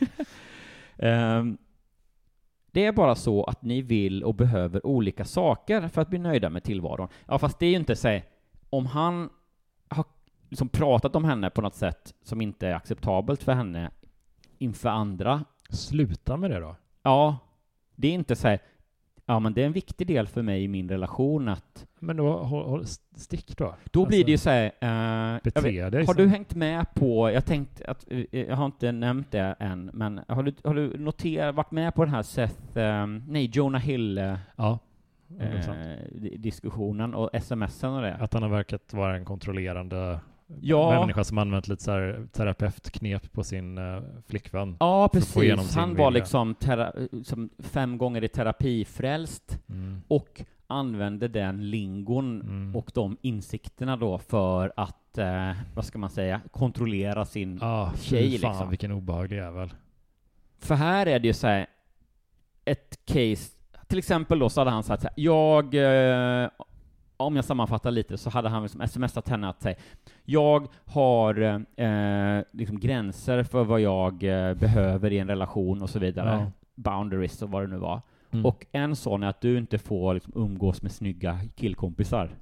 um, det är bara så att ni vill och behöver olika saker för att bli nöjda med tillvaron. Ja, fast det är ju inte så. Om han har liksom pratat om henne på något sätt som inte är acceptabelt för henne inför andra. Sluta med det då. Ja, det är inte så här, ja men det är en viktig del för mig i min relation att... Men då, håll, håll, stick då. Då alltså, blir det ju så här, uh, bete vet, dig har så. du hängt med på, jag tänkte att, uh, jag har inte nämnt det än, men har du, har du noterat, varit med på den här Seth, um, nej, Jonah Hill uh, ja, uh, diskussionen och smsen och det? Att han har verkat vara en kontrollerande ja. människa som använt lite så här terapeutknep på sin uh, flickvän. Ja, precis. Han var vilja. liksom tera- som fem gånger i terapifrälst mm. och använde den lingon mm. och de insikterna då för att, eh, vad ska man säga, kontrollera sin ah, tjej. Fan, liksom. Vilken obehaglig jävel. För här är det ju så här, ett case, till exempel då så hade han sagt så här, jag, eh, om jag sammanfattar lite så hade han liksom smsat henne att säga, jag har eh, liksom gränser för vad jag eh, behöver i en relation och så vidare. Ja. Boundaries och vad det nu var. Mm. Och en sån är att du inte får liksom umgås med snygga killkompisar.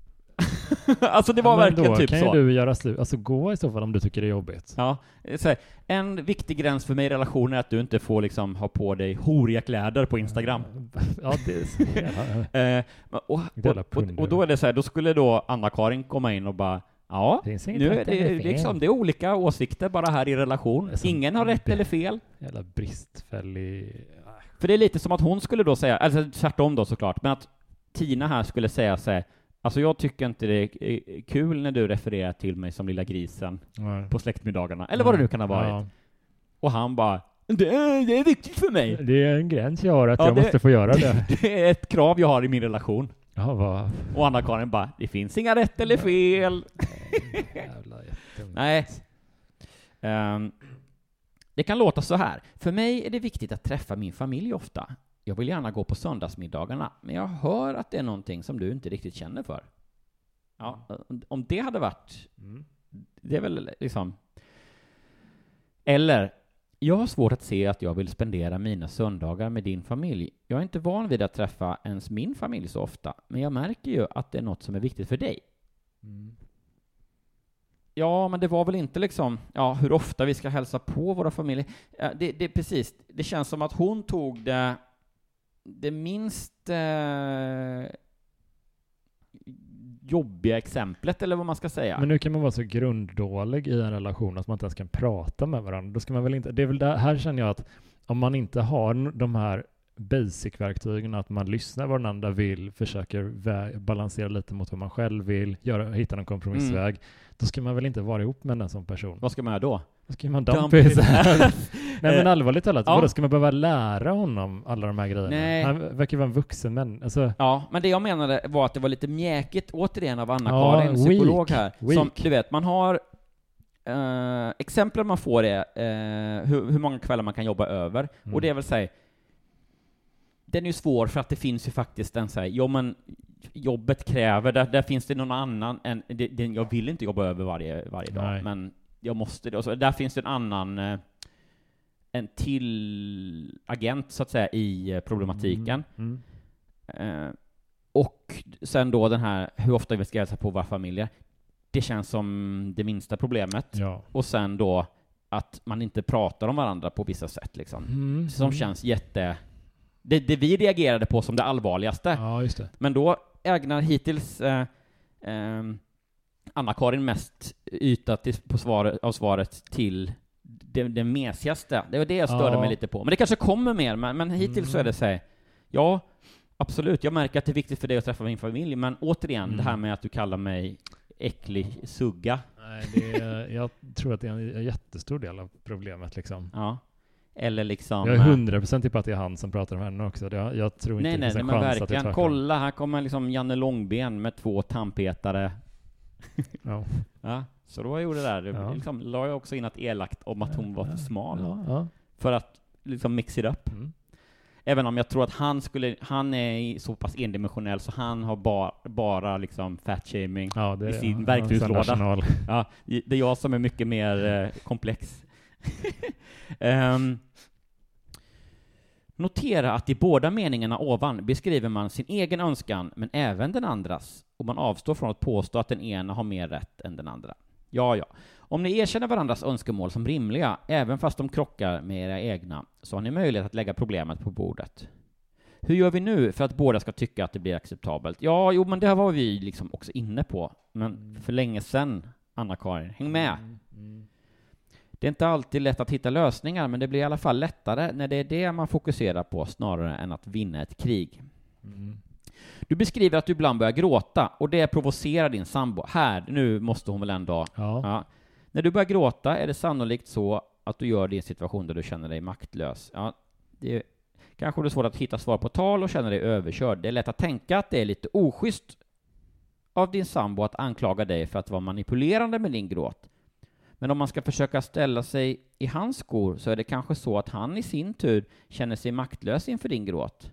Alltså det var ja, verkligen då typ kan så. Kan du göra slut, alltså gå i så fall om du tycker det är jobbigt. Ja, så här, en viktig gräns för mig i relationer är att du inte får liksom ha på dig horiga kläder på Instagram. Ja, det är så jävla... eh, och, och, och, och då är det så här, då skulle då Anna-Karin komma in och bara, ja, nu är det, liksom, det är olika åsikter bara här i relation. Ingen har rätt eller fel. Jävla bristfällig... För det är lite som att hon skulle då säga, alltså tvärtom då såklart, men att Tina här skulle säga så här, alltså jag tycker inte det är kul när du refererar till mig som lilla grisen Nej. på släktmiddagarna, eller vad det nu kan ha varit. Ja. Och han bara, det är, det är viktigt för mig. Det är en gräns jag har att ja, jag det, måste få göra det. Det är ett krav jag har i min relation. Ja, vad... Och Anna-Karin bara, det finns inga rätt eller fel. Jävla jättedumt. Nej. Um, det kan låta så här. För mig är det viktigt att träffa min familj ofta. Jag vill gärna gå på söndagsmiddagarna, men jag hör att det är någonting som du inte riktigt känner för. Ja, om det hade varit... Mm. Det är väl liksom... Eller, jag har svårt att se att jag vill spendera mina söndagar med din familj. Jag är inte van vid att träffa ens min familj så ofta, men jag märker ju att det är något som är viktigt för dig. Mm. Ja, men det var väl inte liksom, ja, hur ofta vi ska hälsa på våra familjer. Ja, det, det precis, det känns som att hon tog det, det minst eh, jobbiga exemplet, eller vad man ska säga. Men nu kan man vara så grunddålig i en relation att man inte ens kan prata med varandra. Då ska man väl inte, det är väl där, här känner jag att om man inte har de här basic-verktygen, att man lyssnar vad den andra vill, försöker vä- balansera lite mot vad man själv vill, göra, hitta någon kompromissväg, mm. då ska man väl inte vara ihop med en sån person. Vad ska man göra då? Då ska man dumpa i Nej men allvarligt talat, ja. Då ska man behöva lära honom alla de här grejerna? Nej. Han verkar vara en vuxen men alltså... Ja, men det jag menade var att det var lite mjäkigt återigen av Anna-Karin, ja, psykolog här. Weak. Som, du vet, man har uh, exemplen man får är uh, hur, hur många kvällar man kan jobba över. Mm. Och det är väl så här, den är ju svår för att det finns ju faktiskt en så här, ja men jobbet kräver, där, där finns det någon annan än, det, det, jag vill inte jobba över varje, varje dag, Nej. men jag måste det. Och så, där finns det en annan, eh, en till agent så att säga i eh, problematiken. Mm. Mm. Eh, och sen då den här, hur ofta vi ska hälsa på våra familjer. Det känns som det minsta problemet. Ja. Och sen då att man inte pratar om varandra på vissa sätt liksom. Mm. Som känns jätte... Det, det vi reagerade på som det allvarligaste. Ja, just det. Men då ägnar hittills eh, eh, Anna-Karin mest yta till, på svaret, av svaret till det, det mesigaste. Det var det jag störde Ja. mig lite på. Men det kanske kommer mer, men, men hittills Mm. så är det så här, ja, absolut, jag märker att det är viktigt för dig att träffa min familj, men återigen, Mm. det här med att du kallar mig äcklig sugga. Nej, det är, jag tror att det är en jättestor del av problemet liksom. Ja. Eller liksom... Jag är hundra procent på att det är han som pratar om henne också. Det, jag tror inte Nej, det nej, finns nej, en men chans att det är verkligen. tvärtom. Kolla, här kommer liksom Janne Långben med två tandpetare. Ja. Ja, så då gjorde det där. Det Ja. liksom, la jag också in ett elakt om att hon var för smal. Ja, ja. För att liksom mix it up. Mm. Även om jag tror att han skulle, han är så pass endimensionell så han har ba, bara liksom fat-shaming Ja, det i är sin ja, verktygslåda. arsenal. Ja, det är jag som är mycket mer eh, komplex. um, Notera att i båda meningarna ovan beskriver man sin egen önskan men även den andras, och man avstår från att påstå att den ena har mer rätt än den andra. Ja, ja. Om ni erkänner varandras önskemål som rimliga, även fast de krockar med era egna, så har ni möjlighet att lägga problemet på bordet. Hur gör vi nu för att båda ska tycka att det blir acceptabelt? Ja, jo, men det här var vi liksom också inne på. Men för länge sedan, Anna-Karin, häng med. Mm, mm. Det är inte alltid lätt att hitta lösningar, men det blir i alla fall lättare när det är det man fokuserar på snarare än att vinna ett krig. Mm. Du beskriver att du ibland börjar gråta, och det provocerar din sambo. Här, nu måste hon väl ändå... Ja. Ja. När du börjar gråta är det sannolikt så att du gör det i en situation där du känner dig maktlös. Ja, det är, kanske det är svårt att hitta svar på tal och känner dig överkörd. Det är lätt att tänka att det är lite oschysst av din sambo att anklaga dig för att vara manipulerande med din gråt. Men om man ska försöka ställa sig i hans skor så är det kanske så att han i sin tur känner sig maktlös inför din gråt.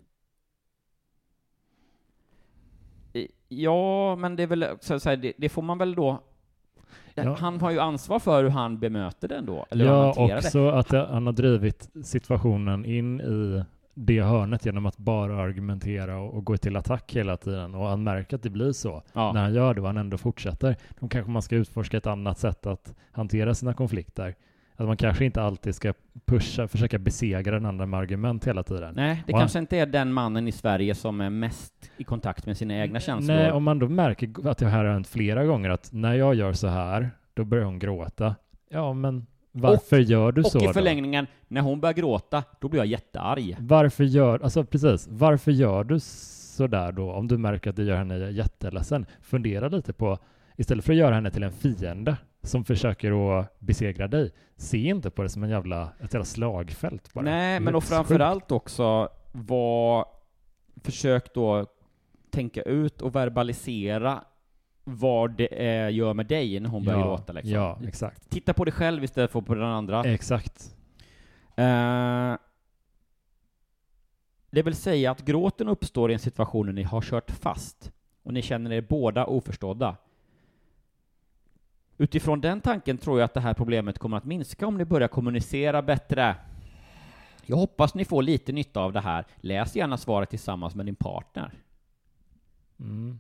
Ja, men det är väl så att säga, det, det får man väl då... Ja. Han har ju ansvar för hur han bemöter den då. Eller hur han Ja, hanterar också det. att det, han har drivit situationen in i det hörnet genom att bara argumentera och, och gå till attack hela tiden. Och han märker att det blir så Ja. när han gör det och han ändå fortsätter. Då kanske man ska utforska ett annat sätt att hantera sina konflikter. Att man kanske inte alltid ska pusha, försöka besegra den andra med argument hela tiden. Nej, det och kanske han, inte är den mannen i Sverige som är mest i kontakt med sina egna känslor. Nej, om man då märker att det här har hänt flera gånger att när jag gör så här, då börjar hon gråta. Ja, men varför och, gör du och så i då? förlängningen, när hon börjar gråta, då blir jag jättearg. Varför gör, alltså precis, varför gör du så där då om du märker att det gör henne jätteledsen? Fundera lite på, istället för att göra henne till en fiende som försöker att besegra dig, se inte på det som en jävla, ett jävla slagfält bara. Nej, men och och framförallt också var, försök då tänka ut och verbalisera vad det är, gör med dig när hon börjar ja, gråta. Liksom. Ja, exakt. Titta på dig själv istället för på den andra. Exakt. Uh, det vill säga att gråten uppstår i en situation när ni har kört fast och ni känner er båda oförstådda. Utifrån den tanken tror jag att det här problemet kommer att minska om ni börjar kommunicera bättre. Jag hoppas ni får lite nytta av det här. Läs gärna svaret tillsammans med din partner. Mm.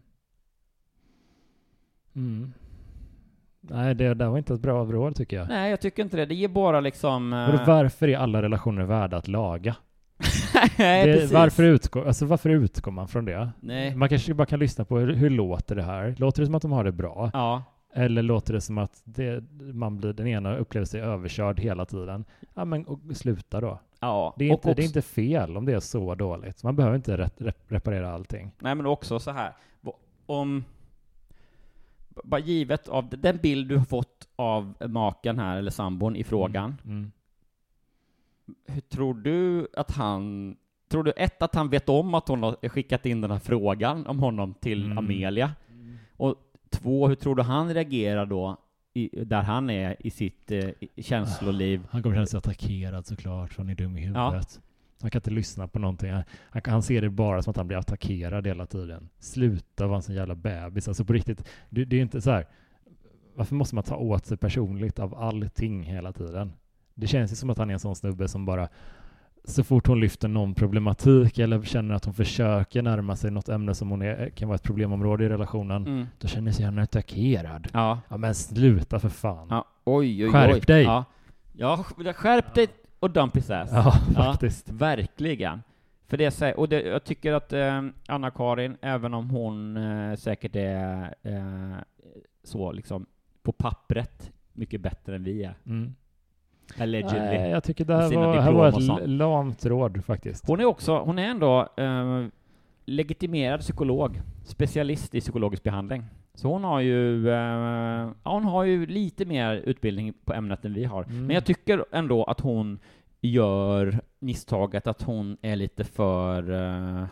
Mm. Nej, det där var inte ett bra råd tycker jag. Nej, jag tycker inte det. Det ger bara liksom... Uh... Och varför är alla relationer värda att laga? Nej, det, precis. varför, utgår, alltså varför utgår man från det? Nej. Man kanske bara kan lyssna på hur, hur låter det här? Låter det som att de har det bra? Ja. Eller låter det som att det, man blir, den ena upplever sig överkörd hela tiden? Ja, men och, sluta då. Ja. Det är, inte, också, det är inte fel om det är så dåligt. Man behöver inte rep, rep, reparera allting. Nej, men också så här. Om... Bara givet av den bild du har fått av maken här, eller sambon i frågan. Mm. Mm. Hur tror du att han... Tror du ett, att han vet om att hon har skickat in den här frågan om honom till Mm. Amelia? Mm. Och två, hur tror du han reagerar då i, där han är i sitt eh, i känsloliv? Han kommer känna sig attackerad såklart, för han är dum i huvudet. Ja. Han kan inte lyssna på någonting. Han, han, han ser det bara som att han blir attackerad hela tiden. Sluta vara en sån jävla bebis. Alltså på riktigt, det, det är inte så här. Varför måste man ta åt sig personligt av allting hela tiden? Det känns ju som att han är en sån snubbe som bara, så fort hon lyfter någon problematik eller känner att hon försöker närma sig något ämne som hon är, kan vara ett problemområde i relationen, mm. då känner sig han attackerad. Ja. Ja, men sluta för fan. Ja. Oj, oj, skärp oj. dig. Ja, ja skärp ja. dig och dump his ass. Ja, faktiskt. Ja, verkligen. För det är, och det, jag tycker att eh, Anna-Karin, även om hon eh, säkert är eh, så liksom på pappret mycket bättre än vi är. Mm. Allegedly. Nej, jag tycker det här var, här var ett lamt råd faktiskt. Hon är också, hon är ändå eh, legitimerad psykolog, specialist i psykologisk behandling. Så hon har ju eh, ja, hon har ju lite mer utbildning på ämnet än vi har. Mm. Men jag tycker ändå att hon gör misstaget att hon är lite för eh,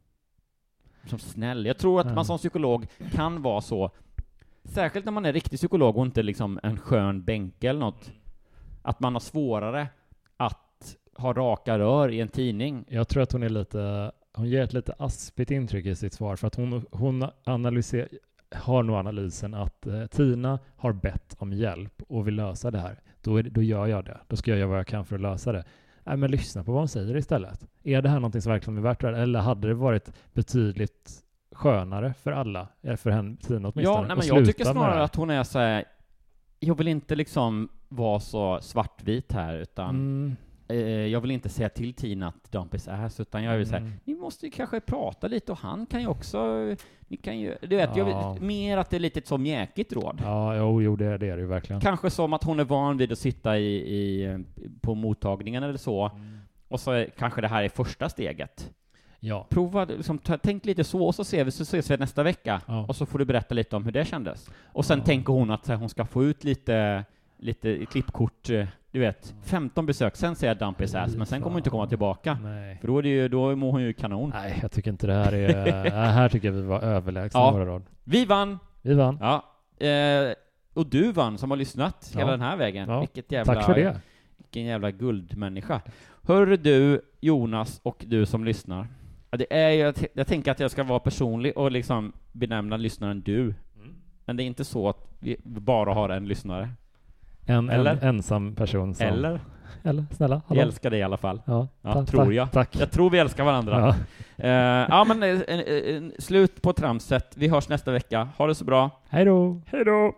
som snäll. Jag tror att mm. man som psykolog kan vara så, särskilt när man är riktig psykolog och inte liksom en skön bänk eller något, att man har svårare att ha raka rör i en tidning. Jag tror att hon är lite, hon ger ett lite aspigt intryck i sitt svar, för att hon, hon analyserar, har nog analysen att eh, Tina har bett om hjälp och vill lösa det här. Då, är det, då gör jag det. Då ska jag göra vad jag kan för att lösa det. Nej, men lyssna på vad hon säger istället. Är det här någonting som verkligen är värt det? Eller hade det varit betydligt skönare för alla? Eller för henne, Tina åtminstone? Ja, nej, men jag tycker snarare att hon är så här, jag vill inte liksom vara så svartvit här, utan mm. eh, jag vill inte säga till Tina att dump his ass, utan jag vill säga, mm. ni måste ju kanske prata lite, och han kan ju också, ni kan ju, du vet, ja. jag vill, mer att det är lite ett så mjäkigt råd. Ja, jo, jo det, det är det ju verkligen. Kanske som att hon är van vid att sitta i, i på mottagningen eller så, mm. och så är, kanske det här är första steget. Ja. Prova, liksom, ta, tänk lite så, och så ser vi, så ses vi nästa vecka, ja. och så får du berätta lite om hur det kändes. Och sen ja. tänker hon att här, hon ska få ut lite lite klippkort, du vet, femton besök, sen säger jag dump his ass, men sen kommer hon inte komma tillbaka. Nej. För då är det ju, då mår hon ju kanon. Nej, jag tycker inte det här är, här tycker jag vi var överlägsna ja. våra råd. Vi vann! Vi vann. Ja. Eh, och du vann som har lyssnat ja. hela den här vägen. Ja. Vilket jävla, tack för det. Vilken jävla guldmänniska. Hör du, Jonas, och du som lyssnar. Ja, det är, jag, t- jag tänker att jag ska vara personlig och liksom benämna lyssnaren du. Mm. Men det är inte så att vi bara har en lyssnare. En, en ensam person som... Eller? Eller, snälla. Hallå. Jag älskar dig i alla fall. Ja, ja ta- tror tack, jag. Tack. Jag tror vi älskar varandra. Ja, uh, ja men uh, uh, uh, slut på tramset. Vi hörs nästa vecka. Ha det så bra. Hej då. Hej då.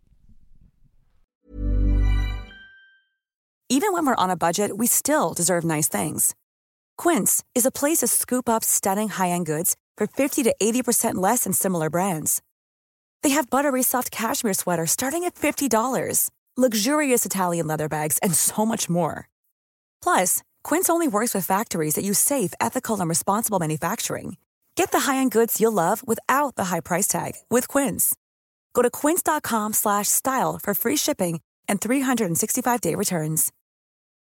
Even when we're on a budget, we still deserve nice things. Quince is a place to scoop up stunning high-end goods for fifty to eighty percent less than similar brands. They have buttery soft cashmere sweaters starting at fifty dollars, luxurious Italian leather bags, and so much more. Plus, Quince only works with factories that use safe, ethical, and responsible manufacturing. Get the high-end goods you'll love without the high price tag with Quince. Go to quince dot com slash style for free shipping and three sixty-five day returns.